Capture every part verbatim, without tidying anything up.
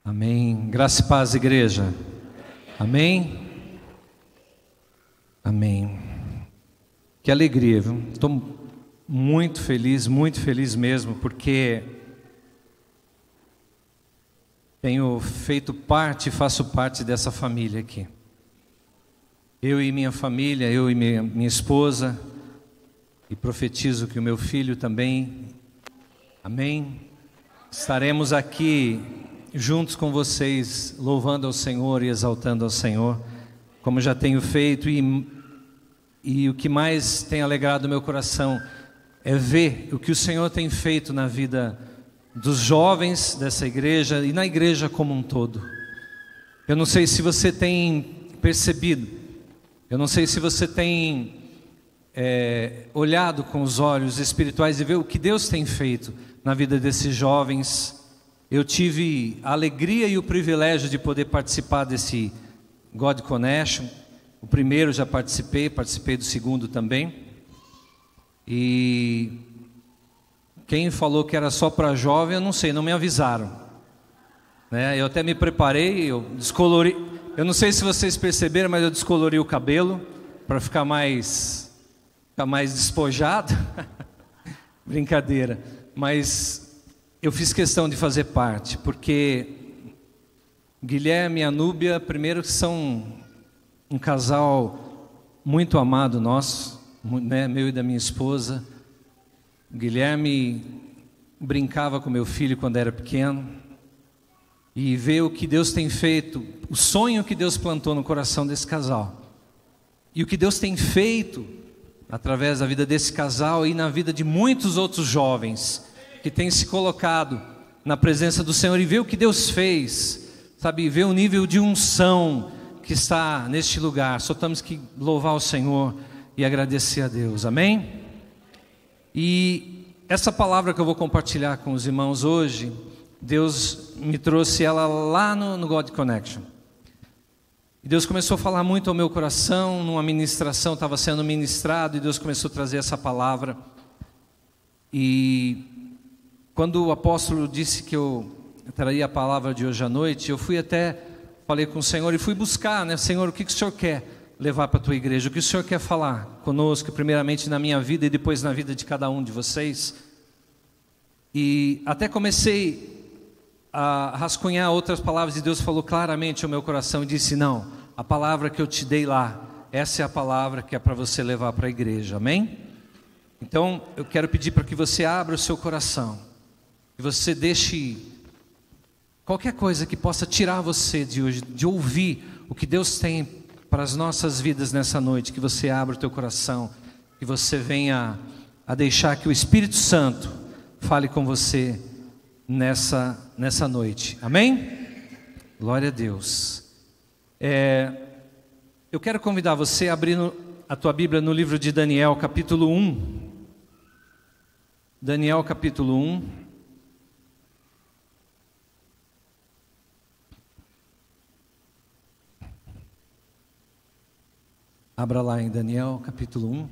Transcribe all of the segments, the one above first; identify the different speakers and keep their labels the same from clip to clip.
Speaker 1: Amém. Graça e paz, igreja. Amém. Amém. Que alegria, viu? Estou muito feliz, muito feliz mesmo, porque tenho feito parte, faço parte dessa família aqui. Eu e minha família, eu e minha, minha esposa, e profetizo que o meu filho também, amém, estaremos aqui juntos com vocês, louvando ao Senhor e exaltando ao Senhor, como já tenho feito, e, e o que mais tem alegrado o meu coração é ver o que o Senhor tem feito na vida dos jovens dessa igreja e na igreja como um todo. Eu não sei se você tem percebido, eu não sei se você tem é, olhado com os olhos espirituais e ver o que Deus tem feito na vida desses jovens. Eu tive a alegria e o privilégio de poder participar desse God Connection. O primeiro já participei, participei do segundo também. E quem falou que era só para jovem, eu não sei, não me avisaram, né? Eu até me preparei, eu descolori. Eu não sei se vocês perceberam, mas eu descolori o cabelo para ficar mais, ficar mais despojado. Brincadeira. Mas eu fiz questão de fazer parte, porque Guilherme e a Núbia, primeiro, são um casal muito amado nosso, né, meu e da minha esposa. Guilherme brincava com meu filho quando era pequeno, e ver o que Deus tem feito, o sonho que Deus plantou no coração desse casal, e o que Deus tem feito através da vida desse casal e na vida de muitos outros jovens que têm se colocado na presença do Senhor, e ver o que Deus fez, sabe, ver o nível de unção que está neste lugar. Só temos que louvar o Senhor e agradecer a Deus, amém? E essa palavra que eu vou compartilhar com os irmãos hoje, Deus me trouxe ela lá no, no God Connection. E Deus começou a falar muito ao meu coração, numa ministração, estava sendo ministrado, e Deus começou a trazer essa palavra. E quando o apóstolo disse que eu traria a palavra de hoje à noite, eu fui até, falei com o Senhor e fui buscar, né? Senhor, o que, que o Senhor quer levar para a tua igreja? O que o Senhor quer falar conosco, primeiramente na minha vida e depois na vida de cada um de vocês? E até comecei a rascunhar outras palavras, e Deus falou claramente ao meu coração e disse: não, a palavra que eu te dei lá, essa é a palavra que é para você levar para a igreja, amém? Então eu quero pedir para que você abra o seu coração, que você deixe qualquer coisa que possa tirar você de hoje, de ouvir o que Deus tem para as nossas vidas nessa noite, que você abra o teu coração, que você venha a deixar que o Espírito Santo fale com você nessa, nessa noite, amém? Glória a Deus. É, eu quero convidar você a abrir no, a tua Bíblia no livro de Daniel, capítulo um. Daniel, capítulo um. Abra lá em Daniel, capítulo um.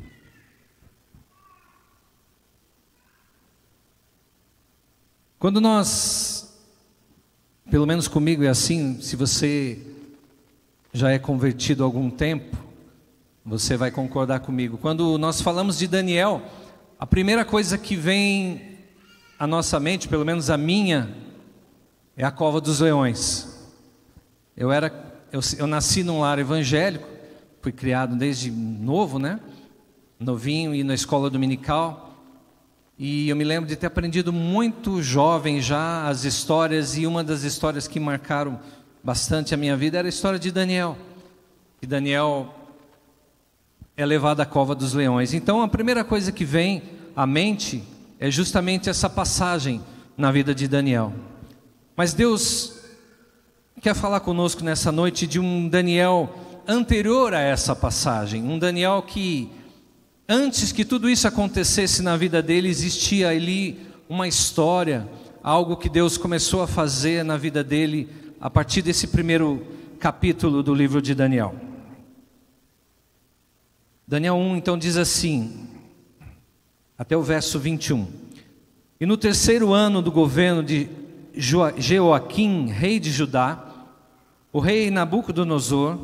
Speaker 1: Quando nós, pelo menos comigo é assim, se você já é convertido há algum tempo, você vai concordar comigo. Quando nós falamos de Daniel, a primeira coisa que vem à nossa mente, pelo menos a minha, é a cova dos leões. Eu, era, eu, eu nasci num lar evangélico, fui criado desde novo, né? Novinho, e na escola dominical. E eu me lembro de ter aprendido muito jovem já as histórias, e uma das histórias que marcaram bastante a minha vida era a história de Daniel. E Daniel é levado à cova dos leões. Então a primeira coisa que vem à mente é justamente essa passagem na vida de Daniel. Mas Deus quer falar conosco nessa noite de um Daniel anterior a essa passagem, um Daniel que, antes que tudo isso acontecesse na vida dele, existia ali uma história, algo que Deus começou a fazer na vida dele a partir desse primeiro capítulo do livro de Daniel. Daniel um então diz assim, até o verso vinte e um: e no terceiro ano do governo de Jeoaquim, rei de Judá, o rei Nabucodonosor,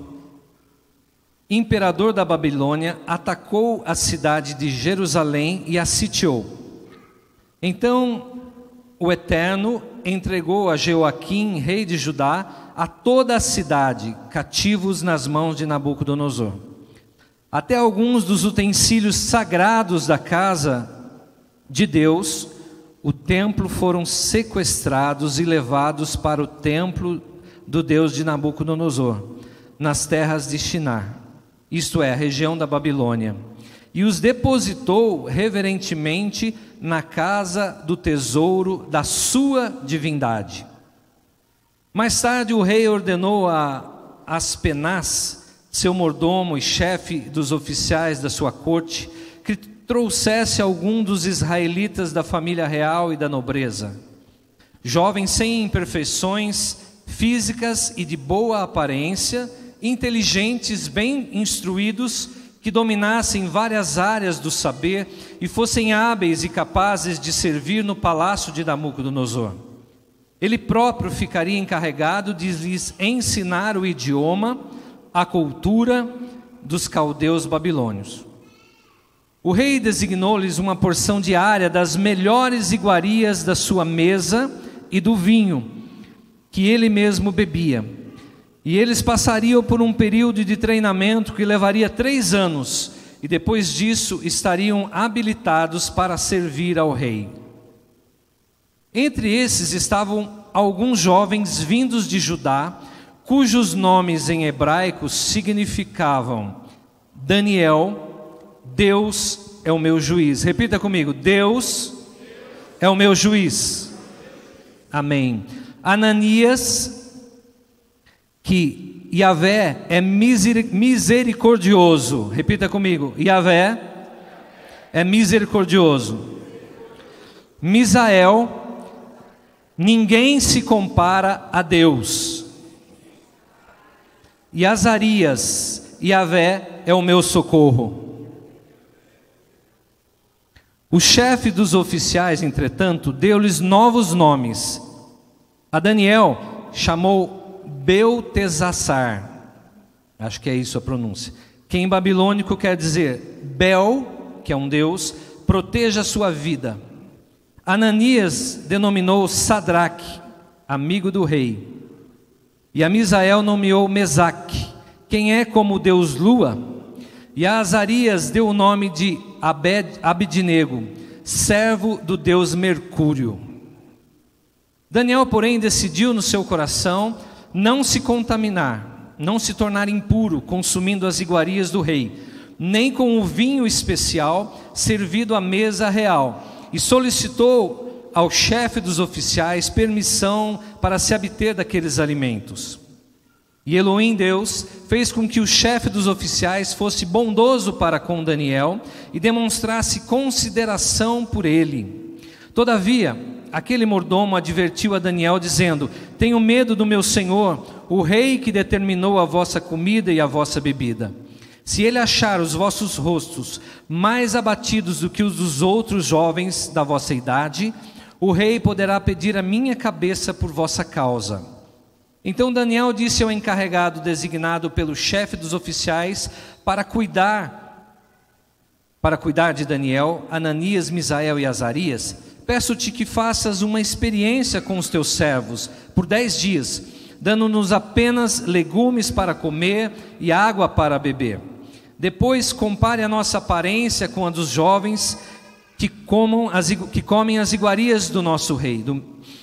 Speaker 1: imperador da Babilônia, atacou a cidade de Jerusalém e a sitiou. Então o Eterno entregou a Jeoaquim, rei de Judá, a toda a cidade, cativos nas mãos de Nabucodonosor. Até alguns dos utensílios sagrados da casa de Deus, o templo, foram sequestrados e levados para o templo do Deus de Nabucodonosor, nas terras de Shinar, isto é, a região da Babilônia, e os depositou reverentemente na casa do tesouro da sua divindade. Mais tarde o rei ordenou a Aspenaz, seu mordomo e chefe dos oficiais da sua corte, que trouxesse algum dos israelitas da família real e da nobreza, jovens sem imperfeições físicas e de boa aparência, inteligentes, bem instruídos, que dominassem várias áreas do saber e fossem hábeis e capazes de servir no palácio de Nabucodonosor. Ele próprio ficaria encarregado de lhes ensinar o idioma, a cultura dos caldeus babilônios. O rei designou-lhes uma porção diária das melhores iguarias da sua mesa e do vinho, que ele mesmo bebia. E eles passariam por um período de treinamento que levaria três anos, e depois disso estariam habilitados para servir ao rei. Entre esses estavam alguns jovens vindos de Judá, cujos nomes em hebraico significavam Daniel, Deus é o meu juiz. Repita comigo: Deus é o meu juiz. Amém. Ananias, que Yahvé é misericordioso. Repita comigo: Yahvé é misericordioso. Misael, ninguém se compara a Deus. E Azarias, Yahvé é o meu socorro. O chefe dos oficiais, entretanto, deu-lhes novos nomes. A Daniel chamou Beltesassar, acho que é isso a pronúncia, que em babilônico quer dizer Bel, que é um deus, proteja a sua vida. Ananias denominou Sadraque, amigo do rei. E a Misael nomeou Mesaque, quem é como o deus Lua. E a Azarias deu o nome de Abed, Abednego, servo do deus Mercúrio. Daniel, porém, decidiu no seu coração não se contaminar, não se tornar impuro, consumindo as iguarias do rei, nem com o vinho especial servido à mesa real, e solicitou ao chefe dos oficiais permissão para se abster daqueles alimentos. E Elohim Deus fez com que o chefe dos oficiais fosse bondoso para com Daniel e demonstrasse consideração por ele. Todavia, aquele mordomo advertiu a Daniel, dizendo: tenho medo do meu senhor, o rei que determinou a vossa comida e a vossa bebida. Se ele achar os vossos rostos mais abatidos do que os dos outros jovens da vossa idade, o rei poderá pedir a minha cabeça por vossa causa. Então Daniel disse ao encarregado designado pelo chefe dos oficiais para cuidar, para cuidar de Daniel, Ananias, Misael e Azarias: peço-te que faças uma experiência com os teus servos por dez dias, dando-nos apenas legumes para comer e água para beber. Depois compare a nossa aparência com a dos jovens que, comam as, que comem as iguarias do nosso rei, do,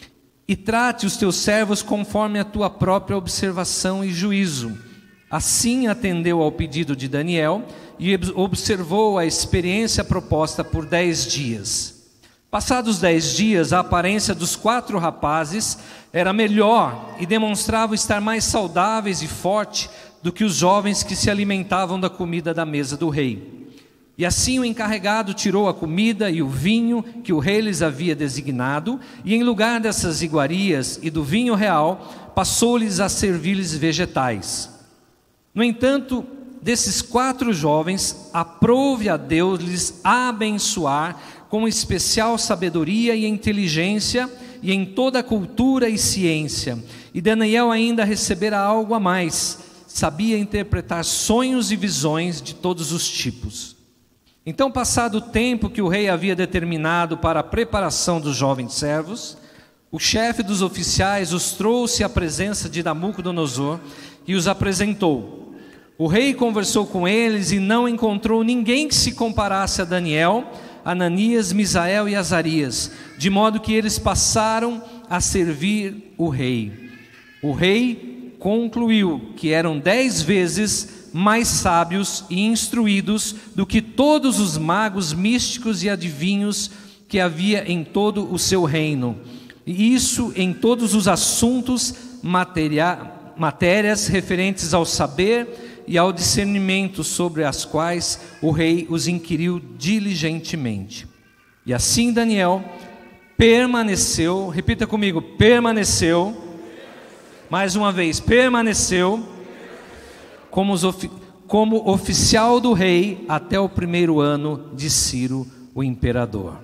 Speaker 1: e trate os teus servos conforme a tua própria observação e juízo. Assim atendeu ao pedido de Daniel e observou a experiência proposta por dez dias. Passados dez dias, a aparência dos quatro rapazes era melhor e demonstravam estar mais saudáveis e fortes do que os jovens que se alimentavam da comida da mesa do rei. E assim o encarregado tirou a comida e o vinho que o rei lhes havia designado, e em lugar dessas iguarias e do vinho real, passou-lhes a servir-lhes vegetais. No entanto, desses quatro jovens, aprouve a Deus lhes abençoar com especial sabedoria e inteligência, e em toda a cultura e ciência. E Daniel ainda recebera algo a mais, sabia interpretar sonhos e visões de todos os tipos. Então, passado o tempo que o rei havia determinado para a preparação dos jovens servos, o chefe dos oficiais os trouxe à presença de Nabucodonosor e os apresentou. O rei conversou com eles e não encontrou ninguém que se comparasse a Daniel, Ananias, Misael e Azarias, de modo que eles passaram a servir o rei. O rei concluiu que eram dez vezes mais sábios e instruídos do que todos os magos místicos e adivinhos que havia em todo o seu reino, e isso em todos os assuntos, materia, matérias referentes ao saber e ao discernimento, sobre as quais o rei os inquiriu diligentemente. E assim Daniel permaneceu, repita comigo, permaneceu, mais uma vez, permaneceu, como, os ofi como oficial do rei até o primeiro ano de Ciro, o imperador.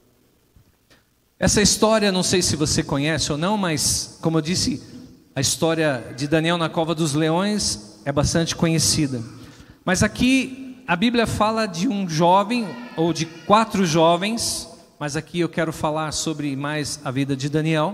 Speaker 1: Essa história, não sei se você conhece ou não, mas como eu disse, a história de Daniel na cova dos leões é bastante conhecida. Mas aqui a Bíblia fala de um jovem, ou de quatro jovens, mas aqui eu quero falar sobre mais a vida de Daniel,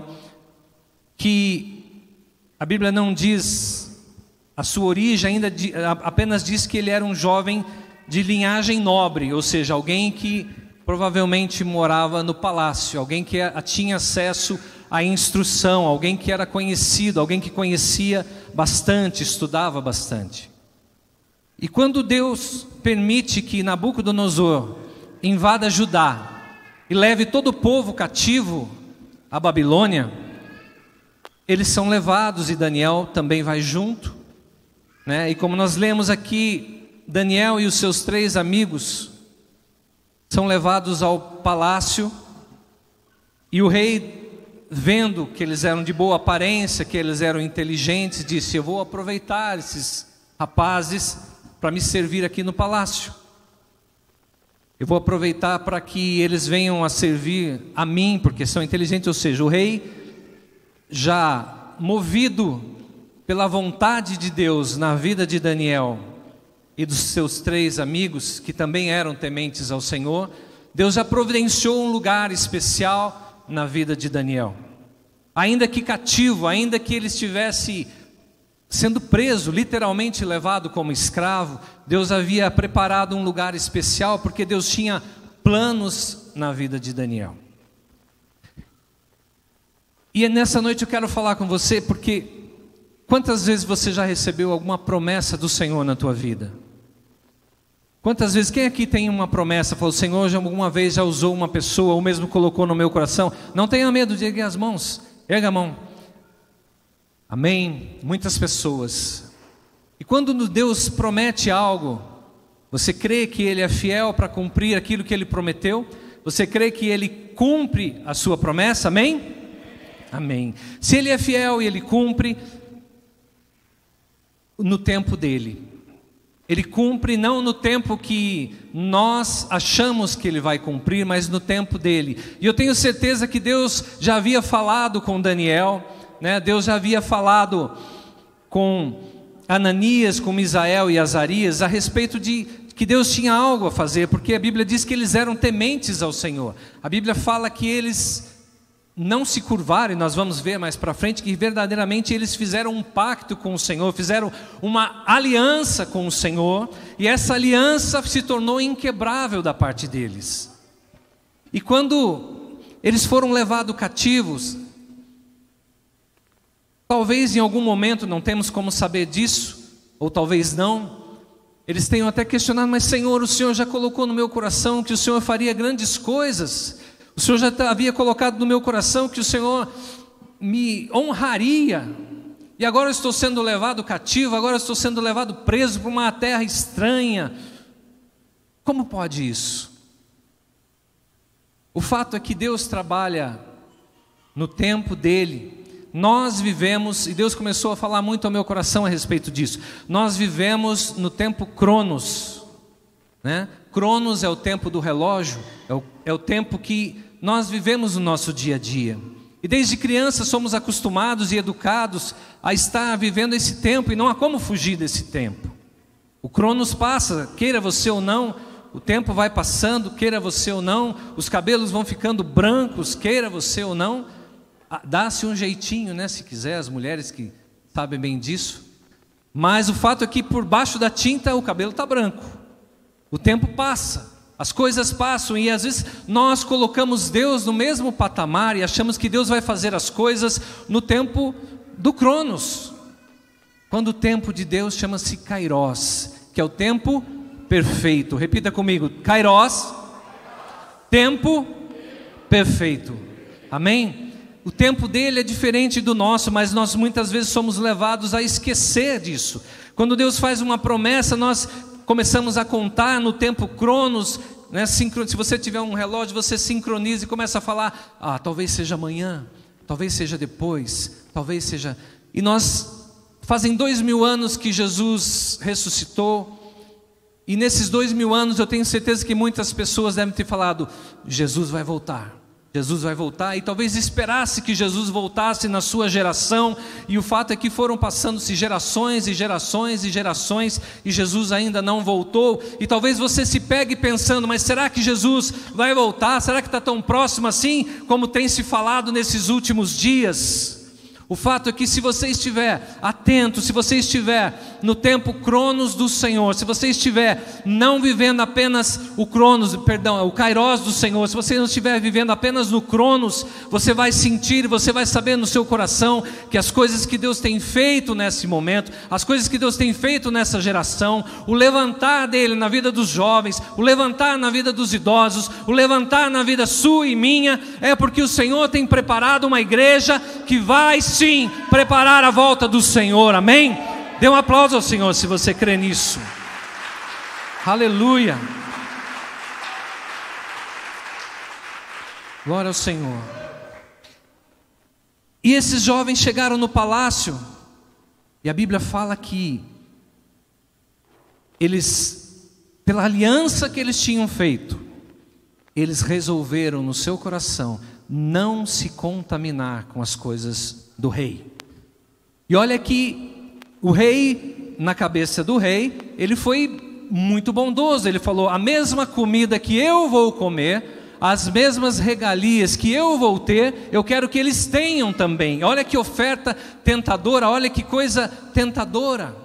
Speaker 1: que a Bíblia não diz a sua origem, ainda apenas diz que ele era um jovem de linhagem nobre, ou seja, alguém que provavelmente morava no palácio, alguém que tinha acesso à instrução, alguém que era conhecido, alguém que conhecia bastante, estudava bastante. E quando Deus permite que Nabucodonosor invada Judá e leve todo o povo cativo à Babilônia, eles são levados e Daniel também vai junto, né? E como nós lemos aqui, Daniel e os seus três amigos são levados ao palácio, e o rei, vendo que eles eram de boa aparência, que eles eram inteligentes, disse: eu vou aproveitar esses rapazes para me servir aqui no palácio. Eu vou aproveitar para que eles venham a servir a mim, porque são inteligentes. Ou seja, o rei, já movido pela vontade de Deus na vida de Daniel e dos seus três amigos, que também eram tementes ao Senhor, Deus já providenciou um lugar especial na vida de Daniel. Ainda que cativo, ainda que ele estivesse sendo preso, literalmente levado como escravo, Deus havia preparado um lugar especial, porque Deus tinha planos na vida de Daniel. E nessa noite eu quero falar com você, porque quantas vezes você já recebeu alguma promessa do Senhor na tua vida? Quantas vezes, quem aqui tem uma promessa, falou: o Senhor já alguma vez já usou uma pessoa, ou mesmo colocou no meu coração? Não tenha medo de erguer as mãos, erga a mão. Amém? Muitas pessoas. E quando Deus promete algo, você crê que Ele é fiel para cumprir aquilo que Ele prometeu? Você crê que Ele cumpre a sua promessa? Amém? Amém. Se Ele é fiel e Ele cumpre no tempo dEle, Ele cumpre não no tempo que nós achamos que Ele vai cumprir, mas no tempo dEle. E eu tenho certeza que Deus já havia falado com Daniel, né? Deus já havia falado com Ananias, com Misael e Azarias a respeito de que Deus tinha algo a fazer, porque a Bíblia diz que eles eram tementes ao Senhor. A Bíblia fala que eles não se curvaram, e nós vamos ver mais para frente que verdadeiramente eles fizeram um pacto com o Senhor, fizeram uma aliança com o Senhor, e essa aliança se tornou inquebrável da parte deles. E quando eles foram levados cativos, talvez em algum momento, não temos como saber disso, ou talvez não, eles tenham até questionado: mas Senhor, o Senhor já colocou no meu coração que o Senhor faria grandes coisas, o Senhor já havia colocado no meu coração que o Senhor me honraria, e agora eu estou sendo levado cativo, agora eu estou sendo levado preso para uma terra estranha. Como pode isso? O fato é que Deus trabalha no tempo dEle. Nós vivemos, e Deus começou a falar muito ao meu coração a respeito disso, nós vivemos no tempo Cronos, né? Cronos é o tempo do relógio, é o, é o tempo que nós vivemos no nosso dia a dia. E desde criança somos acostumados e educados a estar vivendo esse tempo, e não há como fugir desse tempo. O cronos passa, queira você ou não, o tempo vai passando, queira você ou não, os cabelos vão ficando brancos, queira você ou não. Dá-se um jeitinho, né, se quiser, as mulheres que sabem bem disso. Mas o fato é que por baixo da tinta o cabelo está branco. O tempo passa, as coisas passam, e às vezes nós colocamos Deus no mesmo patamar e achamos que Deus vai fazer as coisas no tempo do cronos, quando o tempo de Deus chama-se Kairos, que é o tempo perfeito. Repita comigo: Kairos, tempo perfeito. Amém? O tempo dele é diferente do nosso, mas nós muitas vezes somos levados a esquecer disso. Quando Deus faz uma promessa, nós começamos a contar no tempo cronos, né? Se você tiver um relógio, você sincroniza e começa a falar: ah, talvez seja amanhã, talvez seja depois, talvez seja... E nós, fazem dois mil anos que Jesus ressuscitou, e nesses dois mil anos eu tenho certeza que muitas pessoas devem ter falado: Jesus vai voltar, Jesus vai voltar, e talvez esperasse que Jesus voltasse na sua geração, e o fato é que foram passando-se gerações e gerações e gerações, e Jesus ainda não voltou, e talvez você se pegue pensando: mas será que Jesus vai voltar? Será que está tão próximo assim, como tem se falado nesses últimos dias? O fato é que se você estiver atento, se você estiver no tempo cronos do Senhor, se você estiver não vivendo apenas o cronos, perdão, o kairos do Senhor, se você não estiver vivendo apenas no cronos, você vai sentir, você vai saber no seu coração que as coisas que Deus tem feito nesse momento, as coisas que Deus tem feito nessa geração, o levantar dele na vida dos jovens, o levantar na vida dos idosos, o levantar na vida sua e minha, é porque o Senhor tem preparado uma igreja que vai sim preparar a volta do Senhor. Amém? Dê um aplauso ao Senhor se você crê nisso. Aleluia. Glória ao Senhor. E esses jovens chegaram no palácio, e a Bíblia fala que eles, pela aliança que eles tinham feito, eles resolveram no seu coração não se contaminar com as coisas do rei. E olha que o rei, na cabeça do rei, ele foi muito bondoso. Ele falou: a mesma comida que eu vou comer, as mesmas regalias que eu vou ter, eu quero que eles tenham também. Olha que oferta tentadora, olha que coisa tentadora.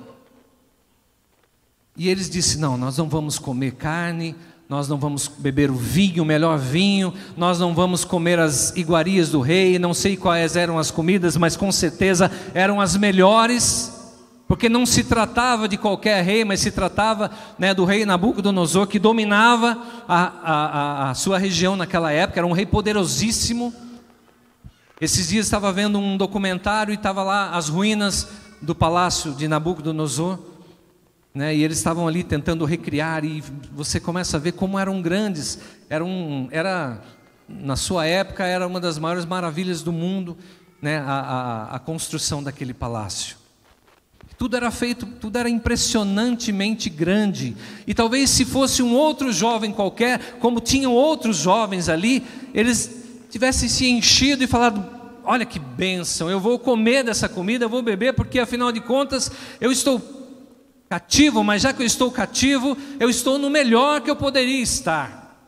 Speaker 1: E eles disseram: não, nós não vamos comer carne, nós não vamos beber o vinho, o melhor vinho, nós não vamos comer as iguarias do rei. Não sei quais eram as comidas, mas com certeza eram as melhores, porque não se tratava de qualquer rei, mas se tratava, né, do rei Nabucodonosor, que dominava a, a, a, a sua região naquela época. Era um rei poderosíssimo. Esses dias estava vendo um documentário e estava lá as ruínas do palácio de Nabucodonosor, né, e eles estavam ali tentando recriar, e você começa a ver como eram grandes. Era, um, era na sua época, era uma das maiores maravilhas do mundo, né, a, a, a construção daquele palácio. Tudo era feito, tudo era impressionantemente grande. E talvez se fosse um outro jovem qualquer, como tinham outros jovens ali, eles tivessem se enchido e falado: olha que bênção, eu vou comer dessa comida, eu vou beber, porque afinal de contas eu estou cativo, mas já que eu estou cativo, eu estou no melhor que eu poderia estar.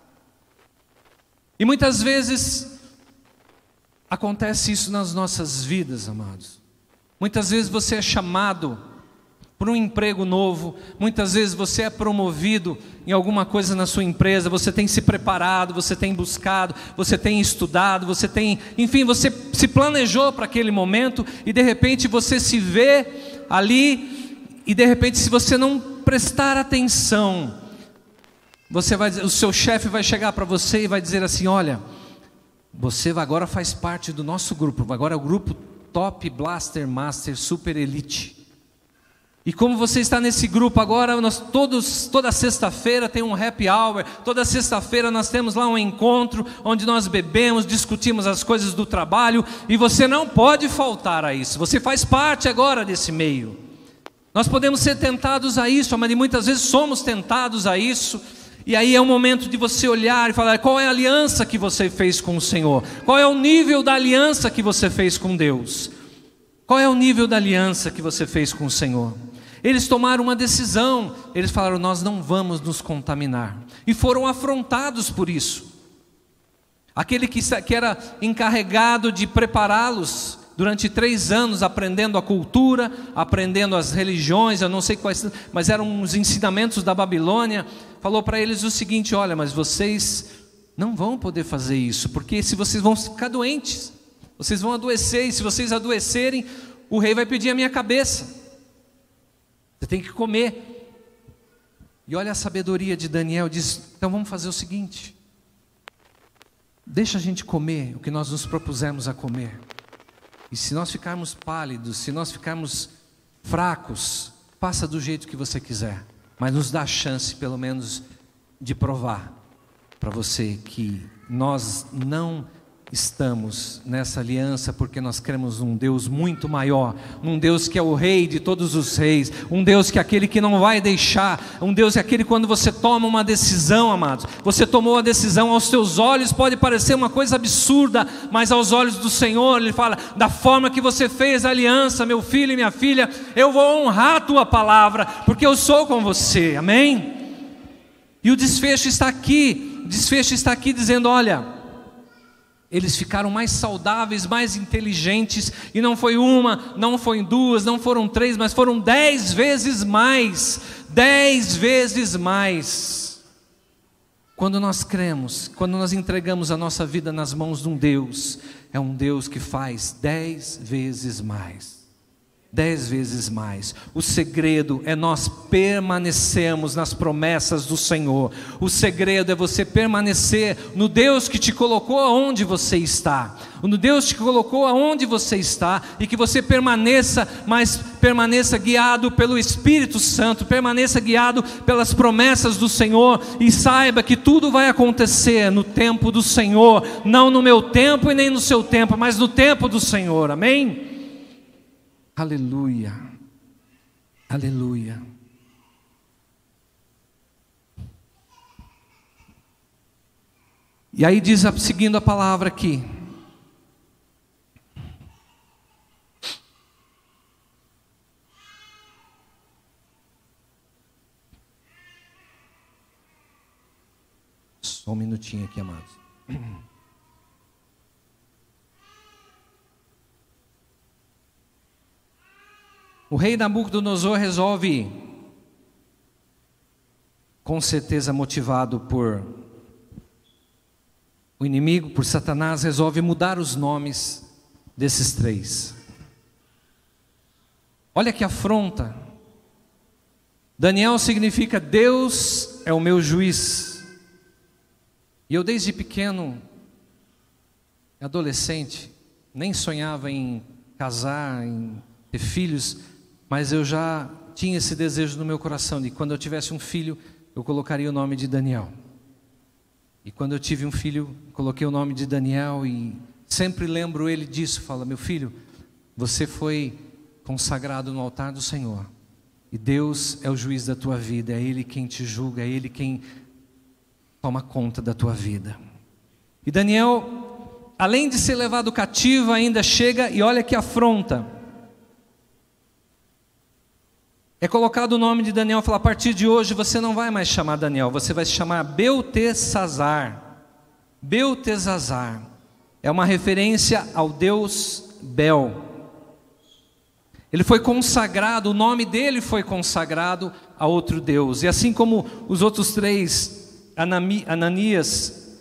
Speaker 1: E muitas vezes acontece isso nas nossas vidas, amados. Muitas vezes você é chamado para um emprego novo, muitas vezes você é promovido em alguma coisa na sua empresa, você tem se preparado, você tem buscado, você tem estudado, você tem, enfim, você se planejou para aquele momento, e de repente você se vê ali. E de repente, se você não prestar atenção, você vai, o seu chefe vai chegar para você e vai dizer assim: olha, você agora faz parte do nosso grupo, agora é o grupo Top Blaster Master Super Elite. E como você está nesse grupo agora, nós todos, toda sexta-feira tem um happy hour, toda sexta-feira nós temos lá um encontro, onde nós bebemos, discutimos as coisas do trabalho, e você não pode faltar a isso, você faz parte agora desse meio. Nós podemos ser tentados a isso, mas muitas vezes somos tentados a isso, E aí é o momento de você olhar e falar: qual é a aliança que você fez com o Senhor? Qual é o nível da aliança que você fez com Deus? Qual é o nível da aliança que você fez com o Senhor? Eles tomaram uma decisão, eles falaram: nós não vamos nos contaminar. E foram afrontados por isso. Aquele que, que era encarregado de prepará-los durante três anos, aprendendo a cultura, aprendendo as religiões, eu não sei quais, mas eram os ensinamentos da Babilônia, falou para eles o seguinte: olha, mas vocês não vão poder fazer isso, porque se vocês vão ficar doentes, vocês vão adoecer, e se vocês adoecerem, o rei vai pedir a minha cabeça, você tem que comer. E olha a sabedoria de Daniel, diz: então vamos fazer o seguinte, deixa a gente comer o que nós nos propusemos a comer. E se nós ficarmos pálidos, se nós ficarmos fracos, passa do jeito que você quiser, mas nos dá a chance pelo menos de provar para você que nós não estamos nessa aliança porque nós cremos num Deus muito maior, num Deus que é o rei de todos os reis, um Deus que é aquele que não vai deixar, um Deus que é aquele quando você toma uma decisão, amados, você tomou a decisão, aos teus olhos pode parecer uma coisa absurda, mas aos olhos do Senhor, Ele fala: da forma que você fez a aliança, meu filho e minha filha, eu vou honrar a tua palavra, porque eu sou com você, amém? E o desfecho está aqui, o desfecho está aqui dizendo: olha, eles ficaram mais saudáveis, mais inteligentes, e não foi uma, não foi duas, não foram três, mas foram dez vezes mais, dez vezes mais. Quando nós cremos, quando nós entregamos a nossa vida nas mãos de um Deus, é um Deus que faz dez vezes mais. Dez vezes mais. O segredo é nós permanecermos nas promessas do Senhor. O segredo é você permanecer no Deus que te colocou aonde você está, no Deus que te colocou aonde você está, e que você permaneça, mas permaneça guiado pelo Espírito Santo, permaneça guiado pelas promessas do Senhor, e saiba que tudo vai acontecer no tempo do Senhor, não no meu tempo e nem no seu tempo, mas no tempo do Senhor, amém? Aleluia, aleluia. E aí diz, seguindo a palavra aqui, só um minutinho aqui, amados. O rei Nabucodonosor resolve, com certeza motivado por o inimigo, por Satanás, resolve mudar os nomes desses três. Olha que afronta. Daniel significa Deus é o meu juiz. E eu desde pequeno, adolescente, nem sonhava em casar, em ter filhos, mas eu já tinha esse desejo no meu coração de quando eu tivesse um filho, eu colocaria o nome de Daniel. E quando eu tive um filho, coloquei o nome de Daniel, e sempre lembro ele disso, fala: meu filho, você foi consagrado no altar do Senhor, e Deus é o juiz da tua vida, é Ele quem te julga, é Ele quem toma conta da tua vida. E Daniel, além de ser levado cativo, ainda chega e olha que afronta. É colocado o nome de Daniel e fala: a partir de hoje você não vai mais chamar Daniel, você vai se chamar Beltesazar. Beltesazar é uma referência ao deus Bel. Ele foi consagrado, o nome dele foi consagrado a outro deus. E assim como os outros três, Ananias,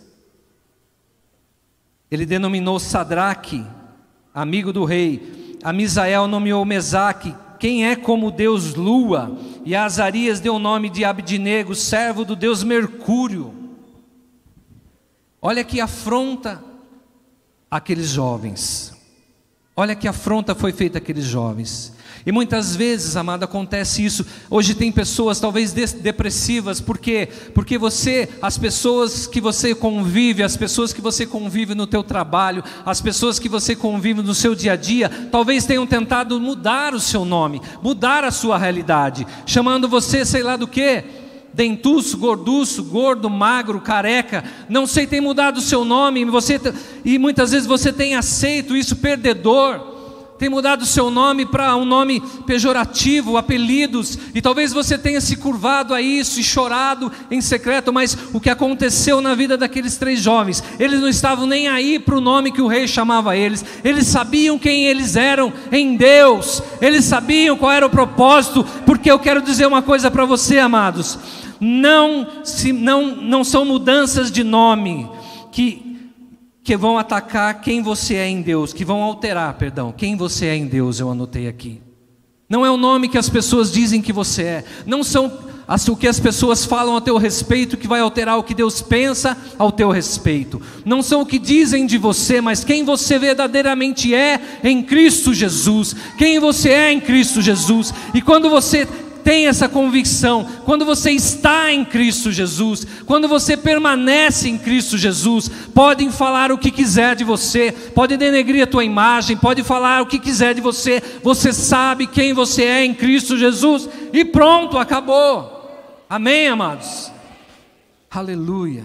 Speaker 1: ele denominou Sadraque, amigo do rei. A Misael nomeou Mesaque, quem é como Deus Lua, e a Azarias deu o nome de Abdinego, servo do Deus Mercúrio. Olha que afronta aqueles jovens, olha que afronta foi feita àqueles jovens. E muitas vezes, amado, acontece isso. Hoje tem pessoas talvez depressivas, por quê? Porque você, as pessoas que você convive, as pessoas que você convive no teu trabalho, as pessoas que você convive no seu dia a dia, talvez tenham tentado mudar o seu nome, mudar a sua realidade, chamando você sei lá do quê, dentuço, gorduço, gordo, magro, careca, não sei, tem mudado o seu nome, você, e muitas vezes você tem aceito isso, perdedor, tem mudado o seu nome para um nome pejorativo, apelidos, e talvez você tenha se curvado a isso e chorado em secreto, mas o que aconteceu na vida daqueles três jovens, eles não estavam nem aí para o nome que o rei chamava eles, eles sabiam quem eles eram em Deus, eles sabiam qual era o propósito, porque eu quero dizer uma coisa para você, amados, não, se, não, não são mudanças de nome que que vão atacar quem você é em Deus, que vão alterar, perdão, quem você é em Deus, eu anotei aqui. Não é o nome que as pessoas dizem que você é, não são as, o que as pessoas falam a teu respeito que vai alterar o que Deus pensa ao teu respeito, não são o que dizem de você, mas quem você verdadeiramente é em Cristo Jesus, quem você é em Cristo Jesus, e quando você tem essa convicção, quando você está em Cristo Jesus, quando você permanece em Cristo Jesus, podem falar o que quiser de você, pode denegrir a tua imagem, pode falar o que quiser de você, você sabe quem você é em Cristo Jesus, e pronto, acabou. Amém, amados? Aleluia.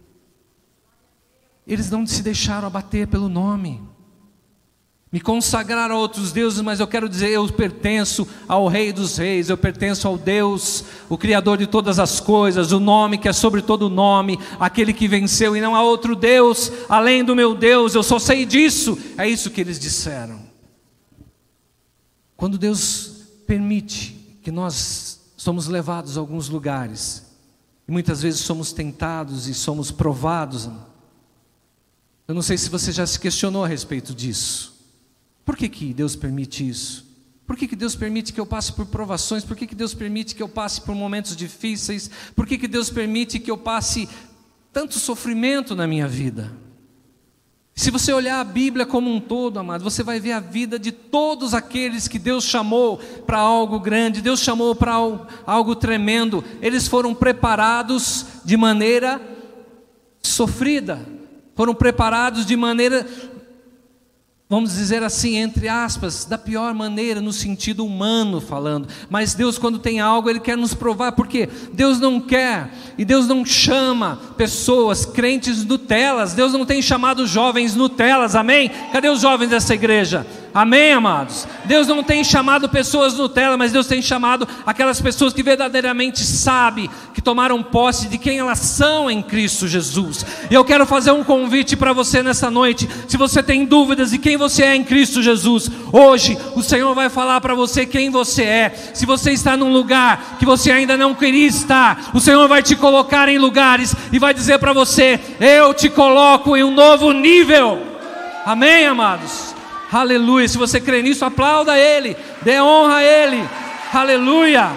Speaker 1: Eles não se deixaram abater pelo nome, me consagraram a outros deuses, mas eu quero dizer, eu pertenço ao Rei dos Reis, eu pertenço ao Deus, o Criador de todas as coisas, o nome que é sobre todo nome, aquele que venceu, e não há outro Deus além do meu Deus, eu só sei disso. É isso que eles disseram. Quando Deus permite que nós somos levados a alguns lugares, e muitas vezes somos tentados e somos provados, eu não sei se você já se questionou a respeito disso. Por que que Deus permite isso? Por que que Deus permite que eu passe por provações? Por que que Deus permite que eu passe por momentos difíceis? Por que que Deus permite que eu passe tanto sofrimento na minha vida? Se você olhar a Bíblia como um todo, amado, você vai ver a vida de todos aqueles que Deus chamou para algo grande, Deus chamou para algo tremendo. Eles foram preparados de maneira sofrida, foram preparados de maneira, vamos dizer assim, entre aspas, da pior maneira, no sentido humano falando. Mas Deus, quando tem algo, Ele quer nos provar, porque Deus não quer, e Deus não chama pessoas, crentes Nutelas. Deus não tem chamado jovens Nutelas, amém? Cadê os jovens dessa igreja? Amém, amados? Deus não tem chamado pessoas Nutella, mas Deus tem chamado aquelas pessoas que verdadeiramente sabem, que tomaram posse de quem elas são em Cristo Jesus. E eu quero fazer um convite para você nessa noite. Se você tem dúvidas de quem você é em Cristo Jesus, hoje o Senhor vai falar para você quem você é. Se você está num lugar que você ainda não queria estar, o Senhor vai te colocar em lugares e vai dizer para você: eu te coloco em um novo nível. Amém, amados? Aleluia. Se você crê nisso, aplauda Ele, dê honra a Ele. Aleluia.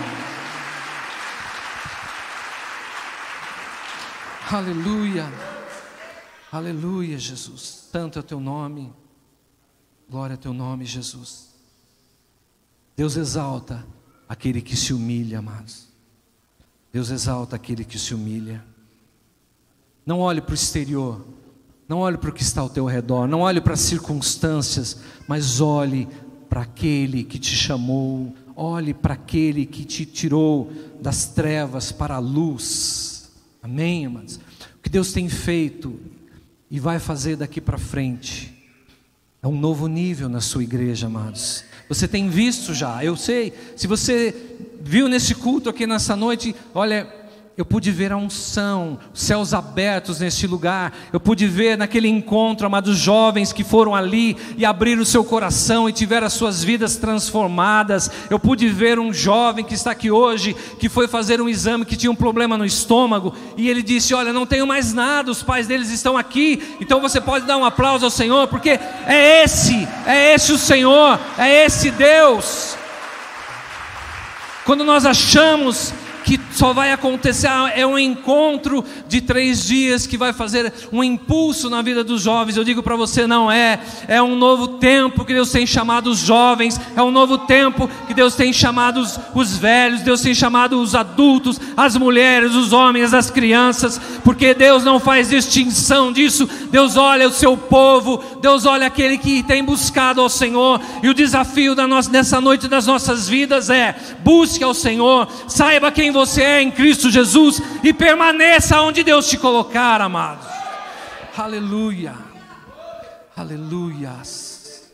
Speaker 1: Aleluia. Aleluia, Jesus. Santo é o teu nome. Glória ao teu nome, Jesus. Deus exalta aquele que se humilha, amados. Deus exalta aquele que se humilha. Não olhe para o exterior, não olhe para o que está ao teu redor, não olhe para as circunstâncias, mas olhe para aquele que te chamou, olhe para aquele que te tirou das trevas para a luz. Amém, amados? O que Deus tem feito e vai fazer daqui para frente é um novo nível na sua igreja, amados. Você tem visto já, eu sei, se você viu nesse culto aqui nessa noite, olha, eu pude ver a unção, céus abertos neste lugar. Eu pude ver naquele encontro, amados, jovens que foram ali e abriram o seu coração e tiveram as suas vidas transformadas. Eu pude ver um jovem que está aqui hoje, que foi fazer um exame, que tinha um problema no estômago, e ele disse: olha, não tenho mais nada, os pais deles estão aqui. Então você pode dar um aplauso ao Senhor, porque é esse, é esse o Senhor, é esse Deus. Quando nós achamos que só vai acontecer, é um encontro de três dias que vai fazer um impulso na vida dos jovens, eu digo para você, não é, é um novo tempo que Deus tem chamado os jovens, é um novo tempo que Deus tem chamado os, os velhos, Deus tem chamado os adultos, as mulheres, os homens, as crianças, porque Deus não faz distinção disso. Deus olha o seu povo, Deus olha aquele que tem buscado ao Senhor, e o desafio da nossa, dessa noite das nossas vidas é: busque ao Senhor, saiba quem você você é em Cristo Jesus e permaneça onde Deus te colocar, amados. Aleluia, aleluias,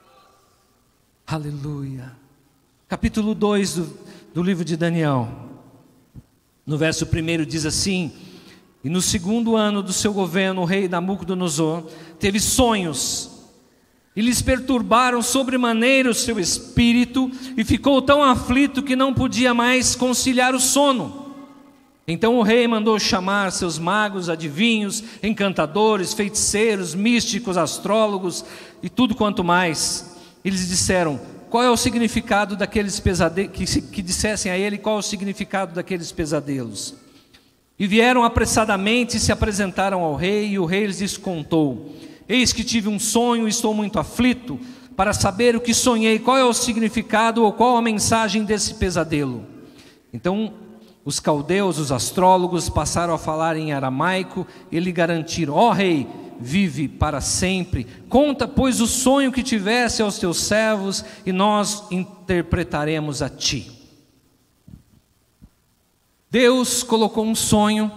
Speaker 1: aleluia. Capítulo dois do, do livro de Daniel, no verso primeiro diz assim: e no segundo ano do seu governo, o rei Nabucodonosor teve sonhos, e lhes perturbaram sobremaneira o seu espírito, e ficou tão aflito que não podia mais conciliar o sono. Então o rei mandou chamar seus magos, adivinhos, encantadores, feiticeiros, místicos, astrólogos e tudo quanto mais. Eles disseram: qual é o significado daqueles pesadelos? Que, que dissessem a ele qual é o significado daqueles pesadelos. E vieram apressadamente e se apresentaram ao rei, e o rei lhes contou: eis que tive um sonho e estou muito aflito para saber o que sonhei, qual é o significado ou qual a mensagem desse pesadelo. Então os caldeus, os astrólogos, passaram a falar em aramaico e lhe garantiram: ó rei, vive para sempre, conta pois o sonho que tivesse aos teus servos e nós interpretaremos a ti. Deus colocou um sonho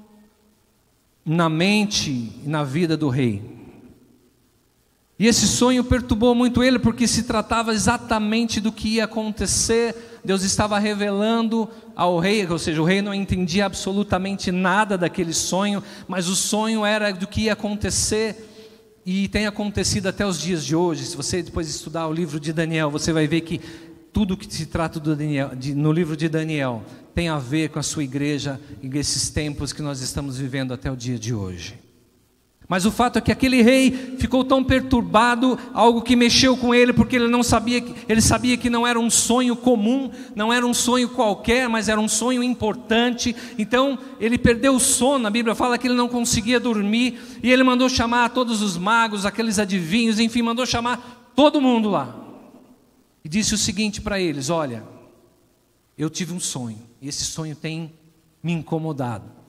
Speaker 1: na mente e na vida do rei. E esse sonho perturbou muito ele, porque se tratava exatamente do que ia acontecer. Deus estava revelando ao rei, ou seja, o rei não entendia absolutamente nada daquele sonho, mas o sonho era do que ia acontecer, e tem acontecido até os dias de hoje. Se você depois estudar o livro de Daniel, você vai ver que tudo que se trata do Daniel, de, no livro de Daniel tem a ver com a sua igreja e esses tempos que nós estamos vivendo até o dia de hoje. Mas o fato é que aquele rei ficou tão perturbado, algo que mexeu com ele, porque ele não sabia, ele sabia que não era um sonho comum, não era um sonho qualquer, mas era um sonho importante. Então ele perdeu o sono. A Bíblia fala que ele não conseguia dormir, e ele mandou chamar todos os magos, aqueles adivinhos, enfim, mandou chamar todo mundo lá, e disse o seguinte para eles: olha, eu tive um sonho, e esse sonho tem me incomodado.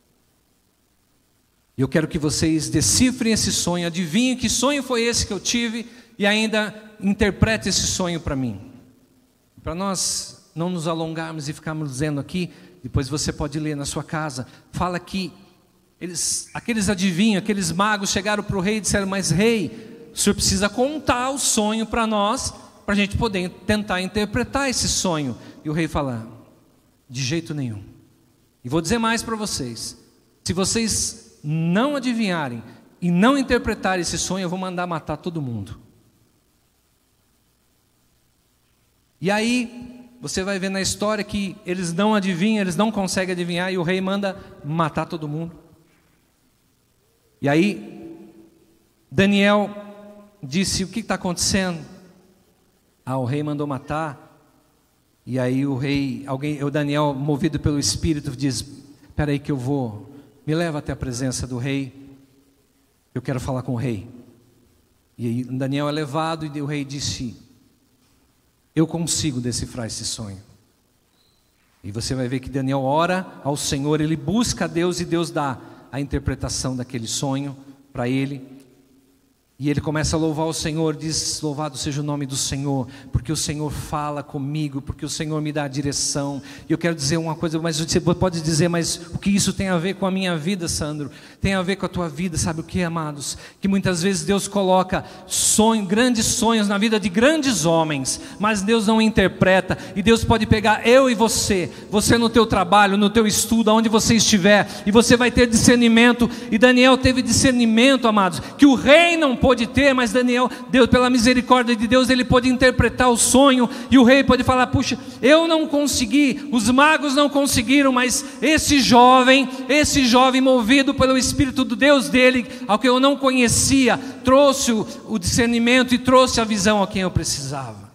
Speaker 1: Eu quero que vocês decifrem esse sonho, adivinhem que sonho foi esse que eu tive, e ainda interpretem esse sonho para mim. Para nós não nos alongarmos e ficarmos dizendo aqui, depois você pode ler na sua casa, fala que eles, aqueles adivinhos, aqueles magos chegaram para o rei e disseram: mas rei, o senhor precisa contar o sonho para nós, para a gente poder tentar interpretar esse sonho. E o rei fala: de jeito nenhum. E vou dizer mais para vocês: se vocês não adivinharem e não interpretarem esse sonho, eu vou mandar matar todo mundo. E aí você vai ver na história que eles não adivinham, eles não conseguem adivinhar, e o rei manda matar todo mundo. E aí Daniel disse: o que está acontecendo? Ah, o rei mandou matar. E aí o rei, alguém, o Daniel, movido pelo Espírito, diz: espera aí que eu vou, me leva até a presença do rei, eu quero falar com o rei. E aí Daniel é levado, e o rei disse: eu consigo decifrar esse sonho. E você vai ver que Daniel ora ao Senhor, ele busca a Deus, e Deus dá a interpretação daquele sonho para ele. E ele começa a louvar o Senhor, diz: louvado seja o nome do Senhor, porque o Senhor fala comigo, porque o Senhor me dá a direção. E eu quero dizer uma coisa, mas você pode dizer: mas o que isso tem a ver com a minha vida, Sandro? Tem a ver com a tua vida, sabe o que, amados? Que muitas vezes Deus coloca sonho, grandes sonhos na vida de grandes homens, mas Deus não interpreta. E Deus pode pegar eu e você, você no teu trabalho, no teu estudo, aonde você estiver, e você vai ter discernimento. E Daniel teve discernimento, amados, que o rei não pode pôde ter, mas Daniel, Deus, pela misericórdia de Deus, ele pôde interpretar o sonho, e o rei pode falar: puxa, eu não consegui, os magos não conseguiram, mas esse jovem, esse jovem movido pelo Espírito do Deus dele, ao que eu não conhecia, trouxe o, o discernimento e trouxe a visão a quem eu precisava.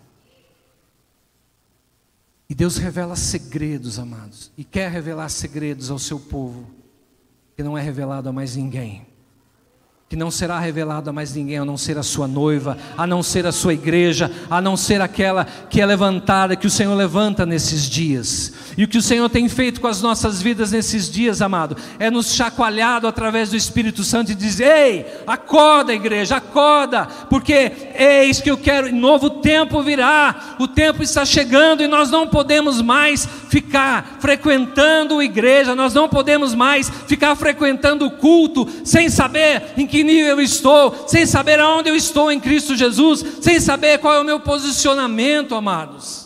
Speaker 1: E Deus revela segredos, amados, e quer revelar segredos ao seu povo, que não é revelado a mais ninguém, que não será revelado a mais ninguém, a não ser a sua noiva, a não ser a sua igreja, a não ser aquela que é levantada, que o Senhor levanta nesses dias. E o que o Senhor tem feito com as nossas vidas nesses dias, amado, é nos chacoalhado através do Espírito Santo e dizer: ei, acorda, igreja, acorda, porque eis que eu quero, novo tempo virá, o tempo está chegando e nós não podemos mais ficar frequentando a igreja, nós não podemos mais ficar frequentando o culto sem saber em que nível eu estou, sem saber aonde eu estou em Cristo Jesus, sem saber qual é o meu posicionamento, amados.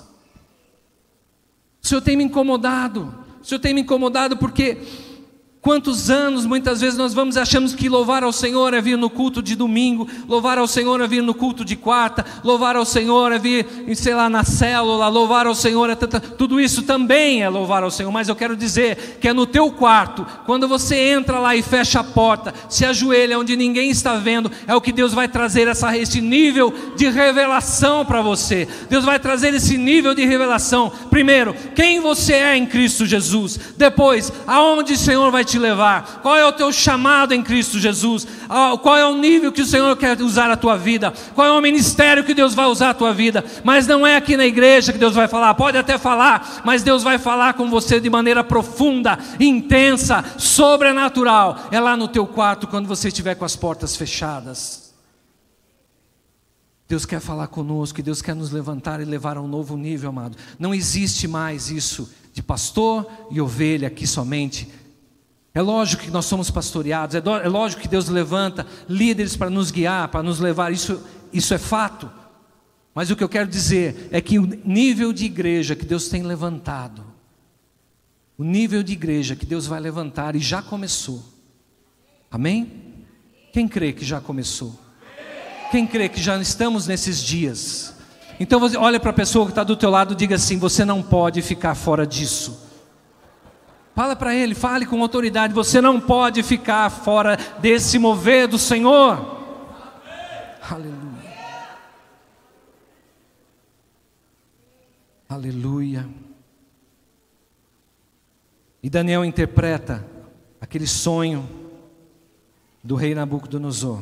Speaker 1: O Senhor tem me incomodado, o Senhor tem me incomodado porque quantos anos, muitas vezes nós vamos e achamos que louvar ao Senhor é vir no culto de domingo, louvar ao Senhor é vir no culto de quarta, louvar ao Senhor é vir, sei lá, na célula, louvar ao Senhor é tanta, tudo isso também é louvar ao Senhor, mas eu quero dizer que é no teu quarto, quando você entra lá e fecha a porta, se ajoelha onde ninguém está vendo, é o que Deus vai trazer essa, esse nível de revelação para você. Deus vai trazer esse nível de revelação. Primeiro, quem você é em Cristo Jesus. Depois, aonde o Senhor vai te levar, qual é o teu chamado em Cristo Jesus, qual é o nível que o Senhor quer usar a tua vida, qual é o ministério que Deus vai usar a tua vida. Mas não é aqui na igreja que Deus vai falar, pode até falar, mas Deus vai falar com você de maneira profunda, intensa, sobrenatural, é lá no teu quarto, quando você estiver com as portas fechadas. Deus quer falar conosco, Deus quer nos levantar e levar a um novo nível, amado. Não existe mais isso de pastor e ovelha aqui somente. É lógico que nós somos pastoreados, é, do, é lógico que Deus levanta líderes para nos guiar, para nos levar, isso, isso é fato. Mas o que eu quero dizer é que o nível de igreja que Deus tem levantado, o nível de igreja que Deus vai levantar e já começou. Amém? Quem crê que já começou? Quem crê que já estamos nesses dias? Então você olha para a pessoa que está do teu lado e diga assim: você não pode ficar fora disso. Fala para ele, fale com autoridade, você não pode ficar fora desse mover do Senhor. Aleluia. Aleluia. E Daniel interpreta aquele sonho do rei Nabucodonosor.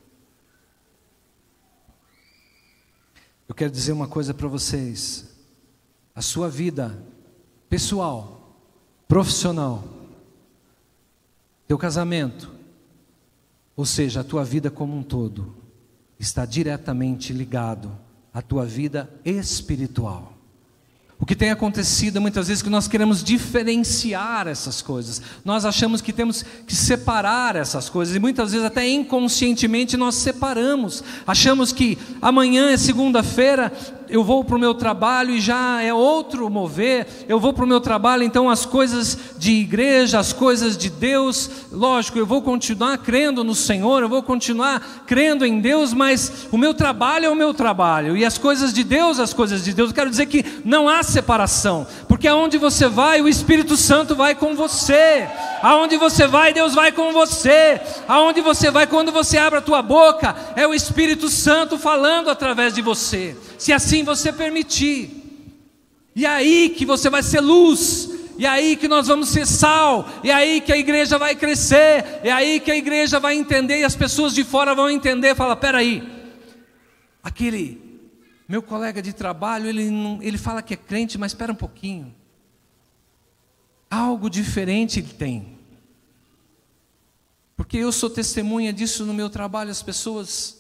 Speaker 1: Eu quero dizer uma coisa para vocês: a sua vida pessoal, profissional, teu casamento, ou seja, a tua vida como um todo, está diretamente ligado à tua vida espiritual. O que tem acontecido muitas vezes é que nós queremos diferenciar essas coisas, nós achamos que temos que separar essas coisas, e muitas vezes até inconscientemente nós separamos, achamos que amanhã é segunda-feira, eu vou para o meu trabalho e já é outro mover, eu vou para o meu trabalho, então as coisas de igreja, as coisas de Deus, lógico, eu vou continuar crendo no Senhor, eu vou continuar crendo em Deus, mas o meu trabalho é o meu trabalho, e as coisas de Deus, as coisas de Deus. Eu quero dizer que não há separação, porque aonde você vai, o Espírito Santo vai com você, aonde você vai, Deus vai com você, aonde você vai, quando você abre a tua boca, é o Espírito Santo falando através de você, se assim você permitir. E aí que você vai ser luz, e aí que nós vamos ser sal, e aí que a igreja vai crescer, e aí que a igreja vai entender, e as pessoas de fora vão entender. Fala, peraí, aquele meu colega de trabalho, ele, não, ele fala que é crente, mas espera um pouquinho, algo diferente ele tem, porque eu sou testemunha disso no meu trabalho. As pessoas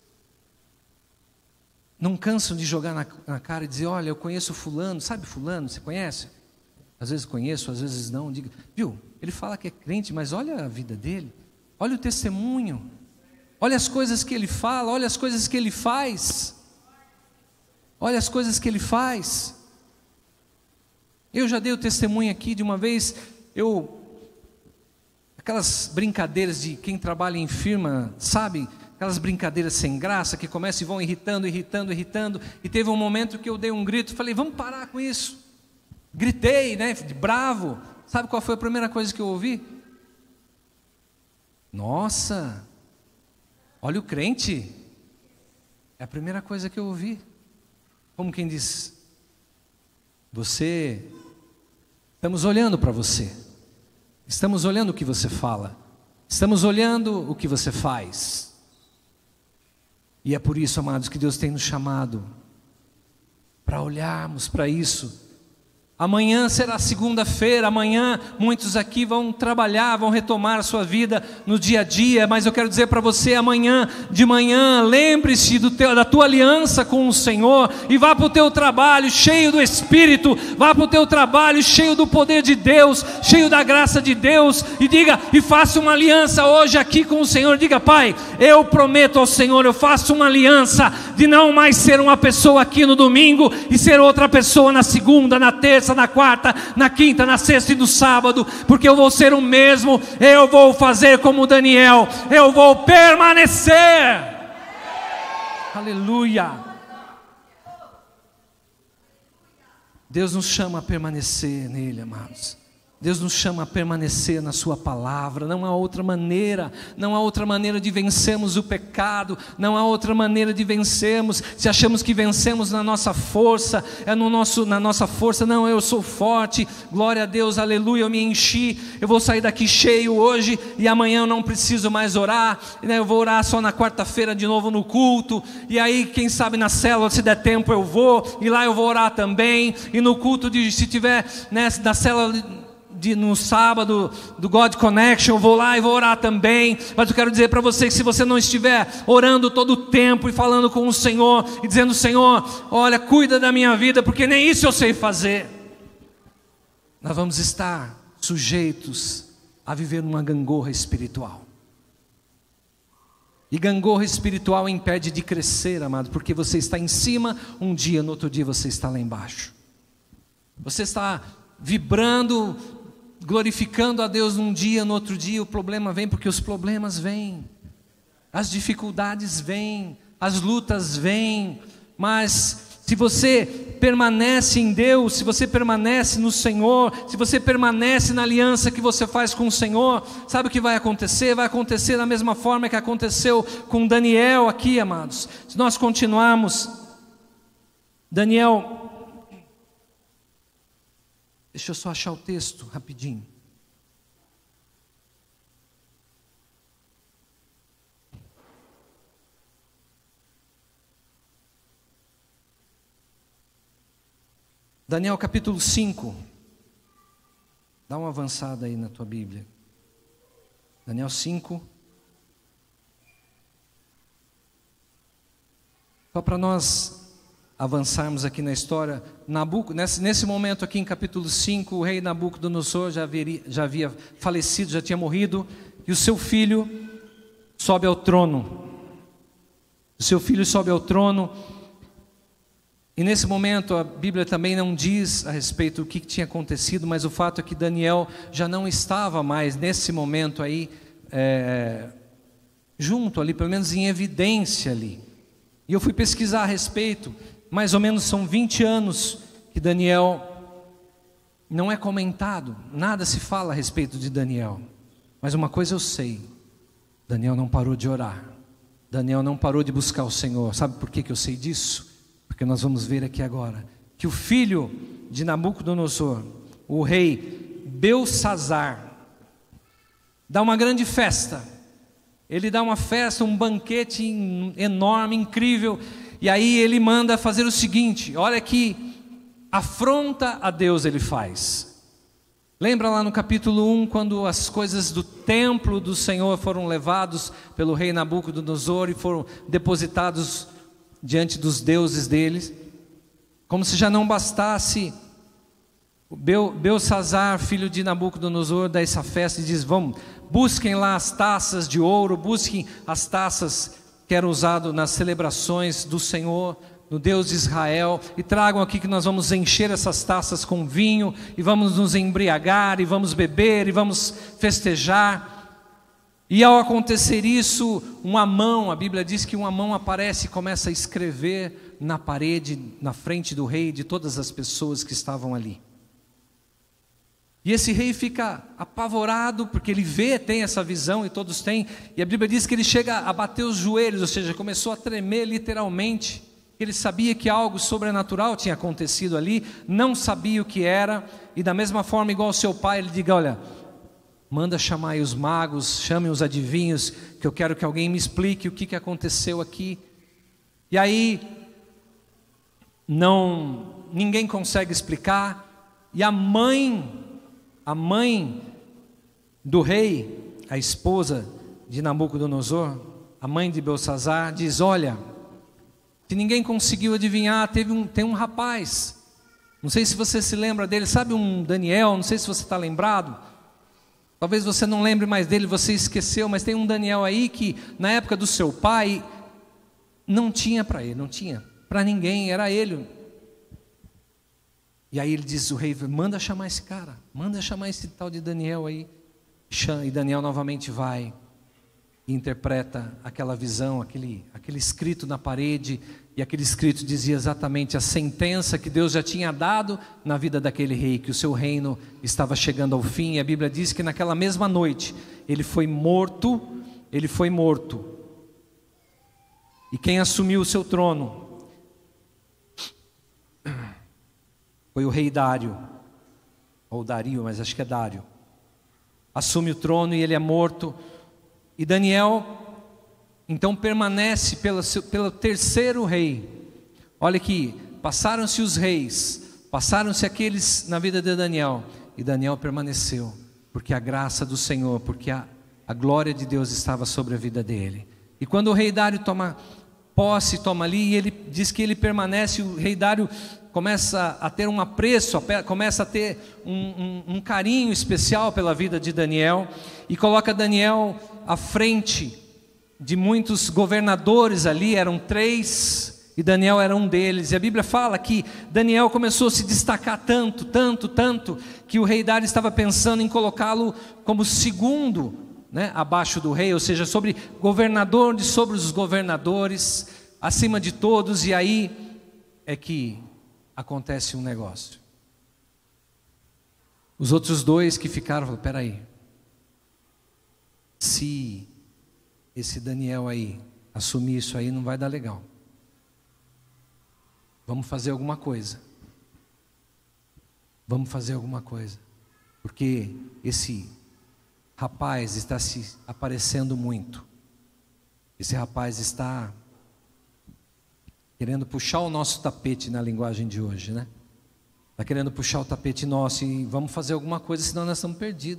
Speaker 1: não cansam de jogar na, na cara e dizer: olha, eu conheço fulano, sabe fulano, você conhece? Às vezes conheço, às vezes não. Diga, viu, ele fala que é crente, mas olha a vida dele, olha o testemunho, olha as coisas que ele fala, olha as coisas que ele faz, olha as coisas que ele faz. Eu já dei o testemunho aqui de uma vez, eu, aquelas brincadeiras de quem trabalha em firma, sabe? Aquelas brincadeiras sem graça que começam e vão irritando, irritando, irritando. E teve um momento que eu dei um grito, falei: vamos parar com isso. Gritei, né, bravo. Sabe qual foi a primeira coisa que eu ouvi? Nossa, olha o crente. É a primeira coisa que eu ouvi. Como quem diz: você, estamos olhando para você, estamos olhando o que você fala. Estamos olhando o que você faz. E é por isso, amados, que Deus tem nos chamado para olharmos para isso. Amanhã será segunda-feira, amanhã muitos aqui vão trabalhar, vão retomar a sua vida no dia a dia, mas eu quero dizer para você, amanhã de manhã, lembre-se do teu, da tua aliança com o Senhor, e vá para o teu trabalho cheio do Espírito, vá para o teu trabalho cheio do poder de Deus, cheio da graça de Deus, e diga, e faça uma aliança hoje aqui com o Senhor. Diga: Pai, eu prometo ao Senhor, eu faço uma aliança de não mais ser uma pessoa aqui no domingo e ser outra pessoa na segunda, na terça, na quarta, na quinta, na sexta e no sábado, porque eu vou ser o mesmo. Eu vou fazer como Daniel, eu vou permanecer. Aleluia. Deus nos chama a permanecer nele, amados. Deus nos chama a permanecer na sua palavra. Não há outra maneira, não há outra maneira de vencermos o pecado, não há outra maneira de vencermos. Se achamos que vencemos na nossa força, é no nosso, na nossa força, não, eu sou forte, glória a Deus, aleluia, eu me enchi, eu vou sair daqui cheio hoje, e amanhã eu não preciso mais orar, né? Eu vou orar só na quarta-feira de novo no culto, e aí quem sabe na célula, se der tempo eu vou, e lá eu vou orar também, e no culto, de, se tiver, né, na célula De, no sábado do God Connection, eu vou lá e vou orar também. Mas eu quero dizer para você que se você não estiver orando todo o tempo e falando com o Senhor e dizendo: Senhor, olha, cuida da minha vida, porque nem isso eu sei fazer, nós vamos estar sujeitos a viver numa gangorra espiritual. E gangorra espiritual impede de crescer, amado, porque você está em cima um dia, no outro dia você está lá embaixo. Você está vibrando, glorificando a Deus num dia, no outro dia o problema vem, porque os problemas vêm, as dificuldades vêm, as lutas vêm, mas se você permanece em Deus, se você permanece no Senhor, se você permanece na aliança que você faz com o Senhor, sabe o que vai acontecer? Vai acontecer da mesma forma que aconteceu com Daniel aqui, amados. Se nós continuarmos, Daniel, deixa eu só achar o texto rapidinho. Daniel capítulo cinco. Dá uma avançada aí na tua Bíblia. Daniel cinco. Só para nós avançarmos aqui na história. Nabuco, nesse, nesse momento aqui em capítulo cinco, o rei Nabucodonosor já, haveria, já havia falecido, já tinha morrido, e o seu filho sobe ao trono. O seu filho sobe ao trono, e nesse momento a Bíblia também não diz a respeito do que tinha acontecido, mas o fato é que Daniel já não estava mais nesse momento aí, é, junto ali, pelo menos em evidência ali. E eu fui pesquisar a respeito. Mais ou menos são vinte anos que Daniel não é comentado, nada se fala a respeito de Daniel. Mas uma coisa eu sei: Daniel não parou de orar, Daniel não parou de buscar o Senhor. Sabe por que que eu sei disso? Porque nós vamos ver aqui agora que o filho de Nabucodonosor, o rei Belsazar, dá uma grande festa. Ele dá uma festa, um banquete enorme, incrível. E aí ele manda fazer o seguinte: olha que afronta a Deus ele faz. Lembra lá no capítulo um, quando as coisas do templo do Senhor foram levados pelo rei Nabucodonosor e foram depositados diante dos deuses deles? Como se já não bastasse, Belsazar, filho de Nabucodonosor, dá essa festa e diz: vamos, busquem lá as taças de ouro, busquem as taças que eram usadas nas celebrações do Senhor, no Deus de Israel, e tragam aqui que nós vamos encher essas taças com vinho, e vamos nos embriagar, e vamos beber, e vamos festejar. E ao acontecer isso, uma mão, a Bíblia diz que uma mão aparece e começa a escrever na parede, na frente do rei e de todas as pessoas que estavam ali. E esse rei fica apavorado, porque ele vê, tem essa visão, e todos têm, e a Bíblia diz que ele chega a bater os joelhos, ou seja, começou a tremer literalmente. Ele sabia que algo sobrenatural tinha acontecido ali, não sabia o que era, e da mesma forma, igual ao seu pai, ele diga: olha, manda chamar aí os magos, chamem os adivinhos, que eu quero que alguém me explique o que, que aconteceu aqui. E aí, não, ninguém consegue explicar, e a mãe, a mãe do rei, a esposa de Nabucodonosor, a mãe de Belsazar, diz: olha, se ninguém conseguiu adivinhar, teve um, tem um rapaz, não sei se você se lembra dele, sabe um Daniel, não sei se você está lembrado, talvez você não lembre mais dele, você esqueceu, mas tem um Daniel aí que na época do seu pai, não tinha para ele, não tinha para ninguém, era ele. E aí ele diz, o rei, manda chamar esse cara, manda chamar esse tal de Daniel aí. E Daniel novamente vai e interpreta aquela visão, aquele, aquele escrito na parede, e aquele escrito dizia exatamente a sentença que Deus já tinha dado na vida daquele rei, que o seu reino estava chegando ao fim. E a Bíblia diz que naquela mesma noite ele foi morto, ele foi morto. E quem assumiu o seu trono foi o rei Dário, ou Dario, mas acho que é Dário. Assume o trono e ele é morto. E Daniel, então, permanece pelo, pelo terceiro rei. Olha aqui, passaram-se os reis, passaram-se aqueles na vida de Daniel, e Daniel permaneceu, porque a graça do Senhor, porque a, a glória de Deus estava sobre a vida dele. E quando o rei Dário toma posse, toma ali, e ele diz que ele permanece, o rei Dário começa a ter um apreço, começa a ter um, um, um carinho especial pela vida de Daniel, e coloca Daniel à frente de muitos governadores ali, eram três, e Daniel era um deles. E a Bíblia fala que Daniel começou a se destacar tanto, tanto, tanto, que o rei Dário estava pensando em colocá-lo como segundo, né, abaixo do rei, ou seja, sobre governador de sobre os governadores, acima de todos. E aí é que acontece um negócio. Os outros dois que ficaram falaram, peraí, se esse Daniel aí assumir isso aí, não vai dar legal. Vamos fazer alguma coisa. Vamos fazer alguma coisa. Porque esse rapaz está se aparecendo muito. Esse rapaz está querendo puxar o nosso tapete, na linguagem de hoje, né? Está querendo puxar o tapete nosso, e vamos fazer alguma coisa, senão nós estamos perdidos.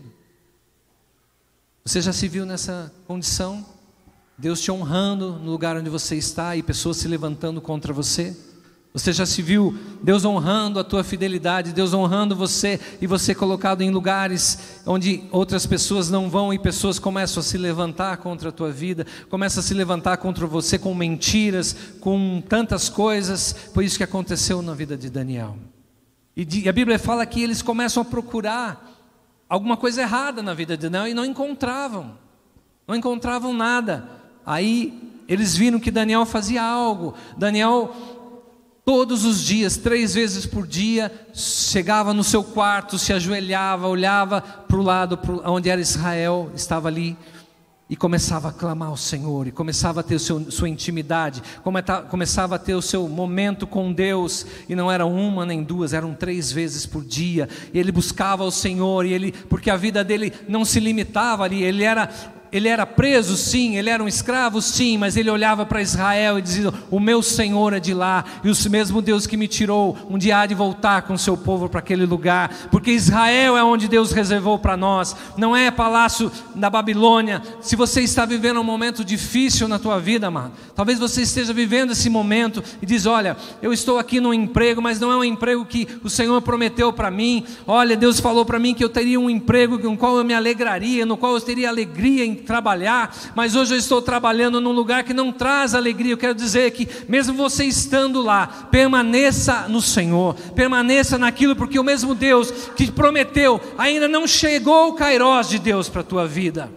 Speaker 1: Você já se viu nessa condição? Deus te honrando no lugar onde você está e pessoas se levantando contra você? Você já se viu Deus honrando a tua fidelidade, Deus honrando você, e você colocado em lugares onde outras pessoas não vão, e pessoas começam a se levantar contra a tua vida, começam a se levantar contra você com mentiras, com tantas coisas? Foi isso que aconteceu na vida de Daniel. E, de, e a Bíblia fala que eles começam a procurar alguma coisa errada na vida de Daniel e não encontravam, não encontravam nada. Aí eles viram que Daniel fazia algo. Daniel, todos os dias, três vezes por dia, chegava no seu quarto, se ajoelhava, olhava para o lado, pro, onde era Israel, estava ali, e começava a clamar ao Senhor, e começava a ter o seu, sua intimidade, começava a ter o seu momento com Deus, e não era uma nem duas, eram três vezes por dia. E ele buscava ao Senhor, e ele, porque a vida dele não se limitava ali, ele era... Ele era preso, sim, ele era um escravo, sim, mas ele olhava para Israel e dizia, o meu Senhor é de lá, e o mesmo Deus que me tirou, um dia há de voltar com o seu povo para aquele lugar, porque Israel é onde Deus reservou para nós, não é palácio da Babilônia. Se você está vivendo um momento difícil na tua vida, amado, talvez você esteja vivendo esse momento e diz, olha, eu estou aqui num emprego, mas não é um emprego que o Senhor prometeu para mim. Olha, Deus falou para mim que eu teria um emprego no qual eu me alegraria, no qual eu teria alegria em trabalhar, mas hoje eu estou trabalhando num lugar que não traz alegria. Eu quero dizer que mesmo você estando lá, permaneça no Senhor, permaneça naquilo, porque o mesmo Deus que prometeu, ainda não chegou o Kairós de Deus para a tua vida.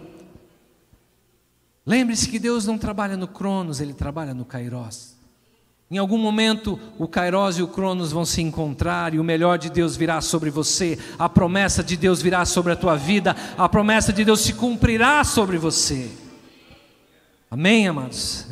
Speaker 1: Lembre-se que Deus não trabalha no Cronos, Ele trabalha no Kairós. Em algum momento o Kairós e o Cronos vão se encontrar, e o melhor de Deus virá sobre você, a promessa de Deus virá sobre a tua vida, a promessa de Deus se cumprirá sobre você. Amém, amados?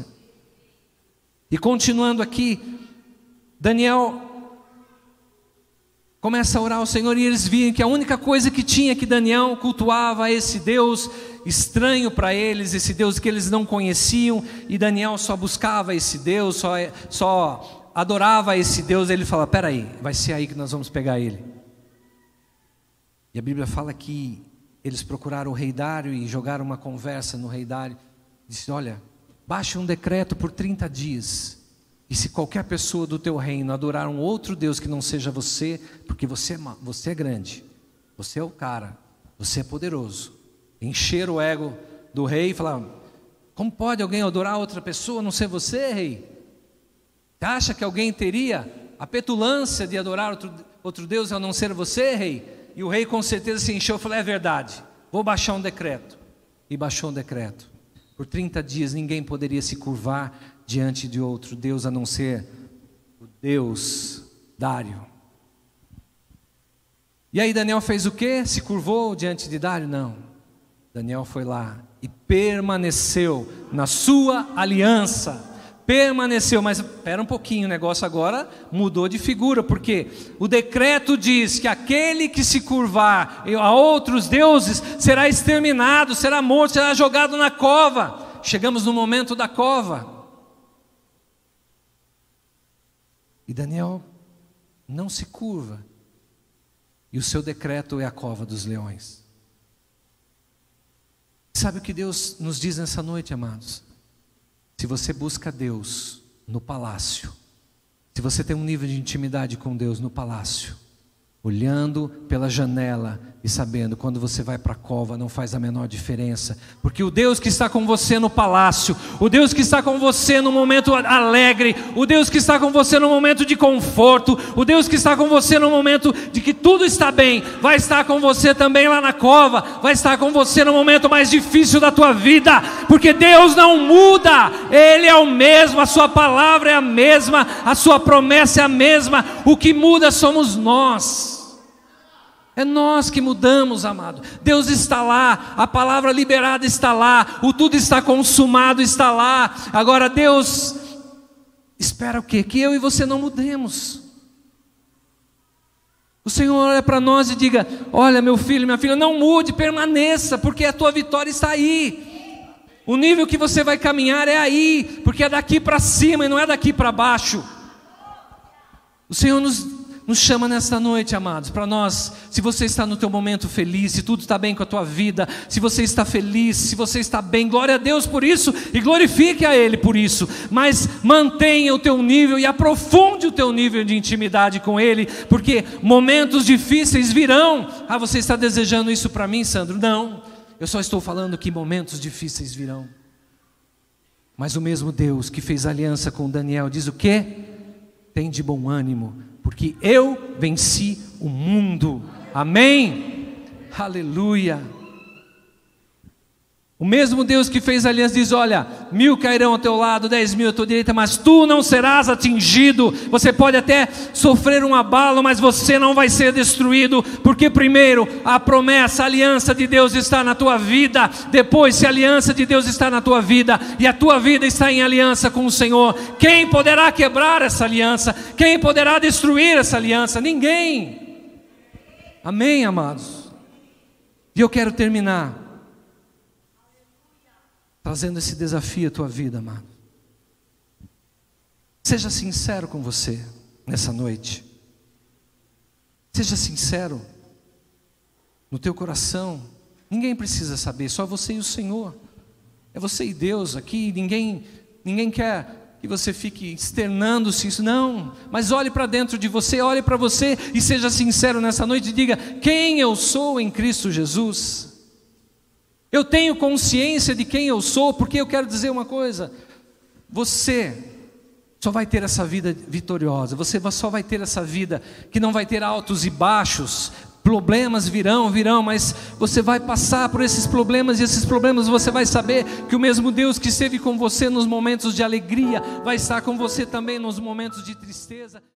Speaker 1: E continuando aqui, Daniel começa a orar ao Senhor, e eles viam que a única coisa que tinha, que Daniel cultuava esse Deus estranho para eles, esse Deus que eles não conheciam, e Daniel só buscava esse Deus, só, só adorava esse Deus. Ele fala: peraí, vai ser aí que nós vamos pegar ele. E a Bíblia fala que eles procuraram o rei Dário e jogaram uma conversa no rei Dário. Disse: olha, baixa um decreto por trinta dias, e se qualquer pessoa do teu reino adorar um outro Deus que não seja você, porque você é, você é grande, você é o cara, você é poderoso, encher o ego do rei e falar: como pode alguém adorar outra pessoa a não ser você, rei? Você acha que alguém teria a petulância de adorar outro, outro Deus a não ser você, rei? E o rei com certeza se encheu e falou: é verdade, vou baixar um decreto. E baixou um decreto. Por trinta dias ninguém poderia se curvar diante de outro Deus a não ser o Deus Dário. E aí Daniel fez o quê? Se curvou diante de Dário? Não. Daniel foi lá e permaneceu na sua aliança. Permaneceu, mas espera um pouquinho, o negócio agora mudou de figura, porque o decreto diz que aquele que se curvar a outros deuses será exterminado, será morto, será jogado na cova. Chegamos no momento da cova. E Daniel não se curva, e o seu decreto é a cova dos leões. Sabe o que Deus nos diz nessa noite, amados? Se você busca Deus no palácio, se você tem um nível de intimidade com Deus no palácio, olhando pela janela e sabendo, quando você vai para a cova não faz a menor diferença, porque o Deus que está com você no palácio, o Deus que está com você no momento alegre, o Deus que está com você no momento de conforto, o Deus que está com você no momento de que tudo está bem, vai estar com você também lá na cova, vai estar com você no momento mais difícil da tua vida, porque Deus não muda, Ele é o mesmo, a sua palavra é a mesma, a sua promessa é a mesma, o que muda somos nós. É nós que mudamos, amado. Deus está lá, a palavra liberada está lá, o tudo está consumado está lá. Agora Deus espera o quê? Que eu e você não mudemos. O Senhor olha para nós e diga: olha, meu filho, minha filha, não mude, permaneça, porque a tua vitória está aí. O nível que você vai caminhar é aí, porque é daqui para cima e não é daqui para baixo. O Senhor nos Nos chama nesta noite, amados, para nós, se você está no teu momento feliz, se tudo está bem com a tua vida, se você está feliz, se você está bem, glória a Deus por isso, e glorifique a Ele por isso, mas mantenha o teu nível e aprofunde o teu nível de intimidade com Ele, porque momentos difíceis virão. Ah, você está desejando isso para mim, Sandro? Não, eu só estou falando que momentos difíceis virão, mas o mesmo Deus que fez aliança com Daniel diz o quê? Tem de bom ânimo, porque eu venci o mundo. Amém? Aleluia. O mesmo Deus que fez aliança diz: olha, mil cairão ao teu lado, dez mil à tua direita, mas tu não serás atingido. Você pode até sofrer um abalo, mas você não vai ser destruído, porque primeiro a promessa, a aliança de Deus está na tua vida. Depois, se a aliança de Deus está na tua vida e a tua vida está em aliança com o Senhor, quem poderá quebrar essa aliança? Quem poderá destruir essa aliança? Ninguém. Amém, amados? E eu quero terminar trazendo esse desafio à tua vida, amado. Seja sincero com você nessa noite. Seja sincero no teu coração. Ninguém precisa saber, só você e o Senhor. É você e Deus aqui. Ninguém, ninguém quer que você fique externando-se isso, não. Mas olhe para dentro de você, olhe para você e seja sincero nessa noite e diga: quem eu sou em Cristo Jesus? Eu tenho consciência de quem eu sou, porque eu quero dizer uma coisa: você só vai ter essa vida vitoriosa, você só vai ter essa vida que não vai ter altos e baixos. Problemas virão, virão, mas você vai passar por esses problemas, e esses problemas você vai saber que o mesmo Deus que esteve com você nos momentos de alegria vai estar com você também nos momentos de tristeza.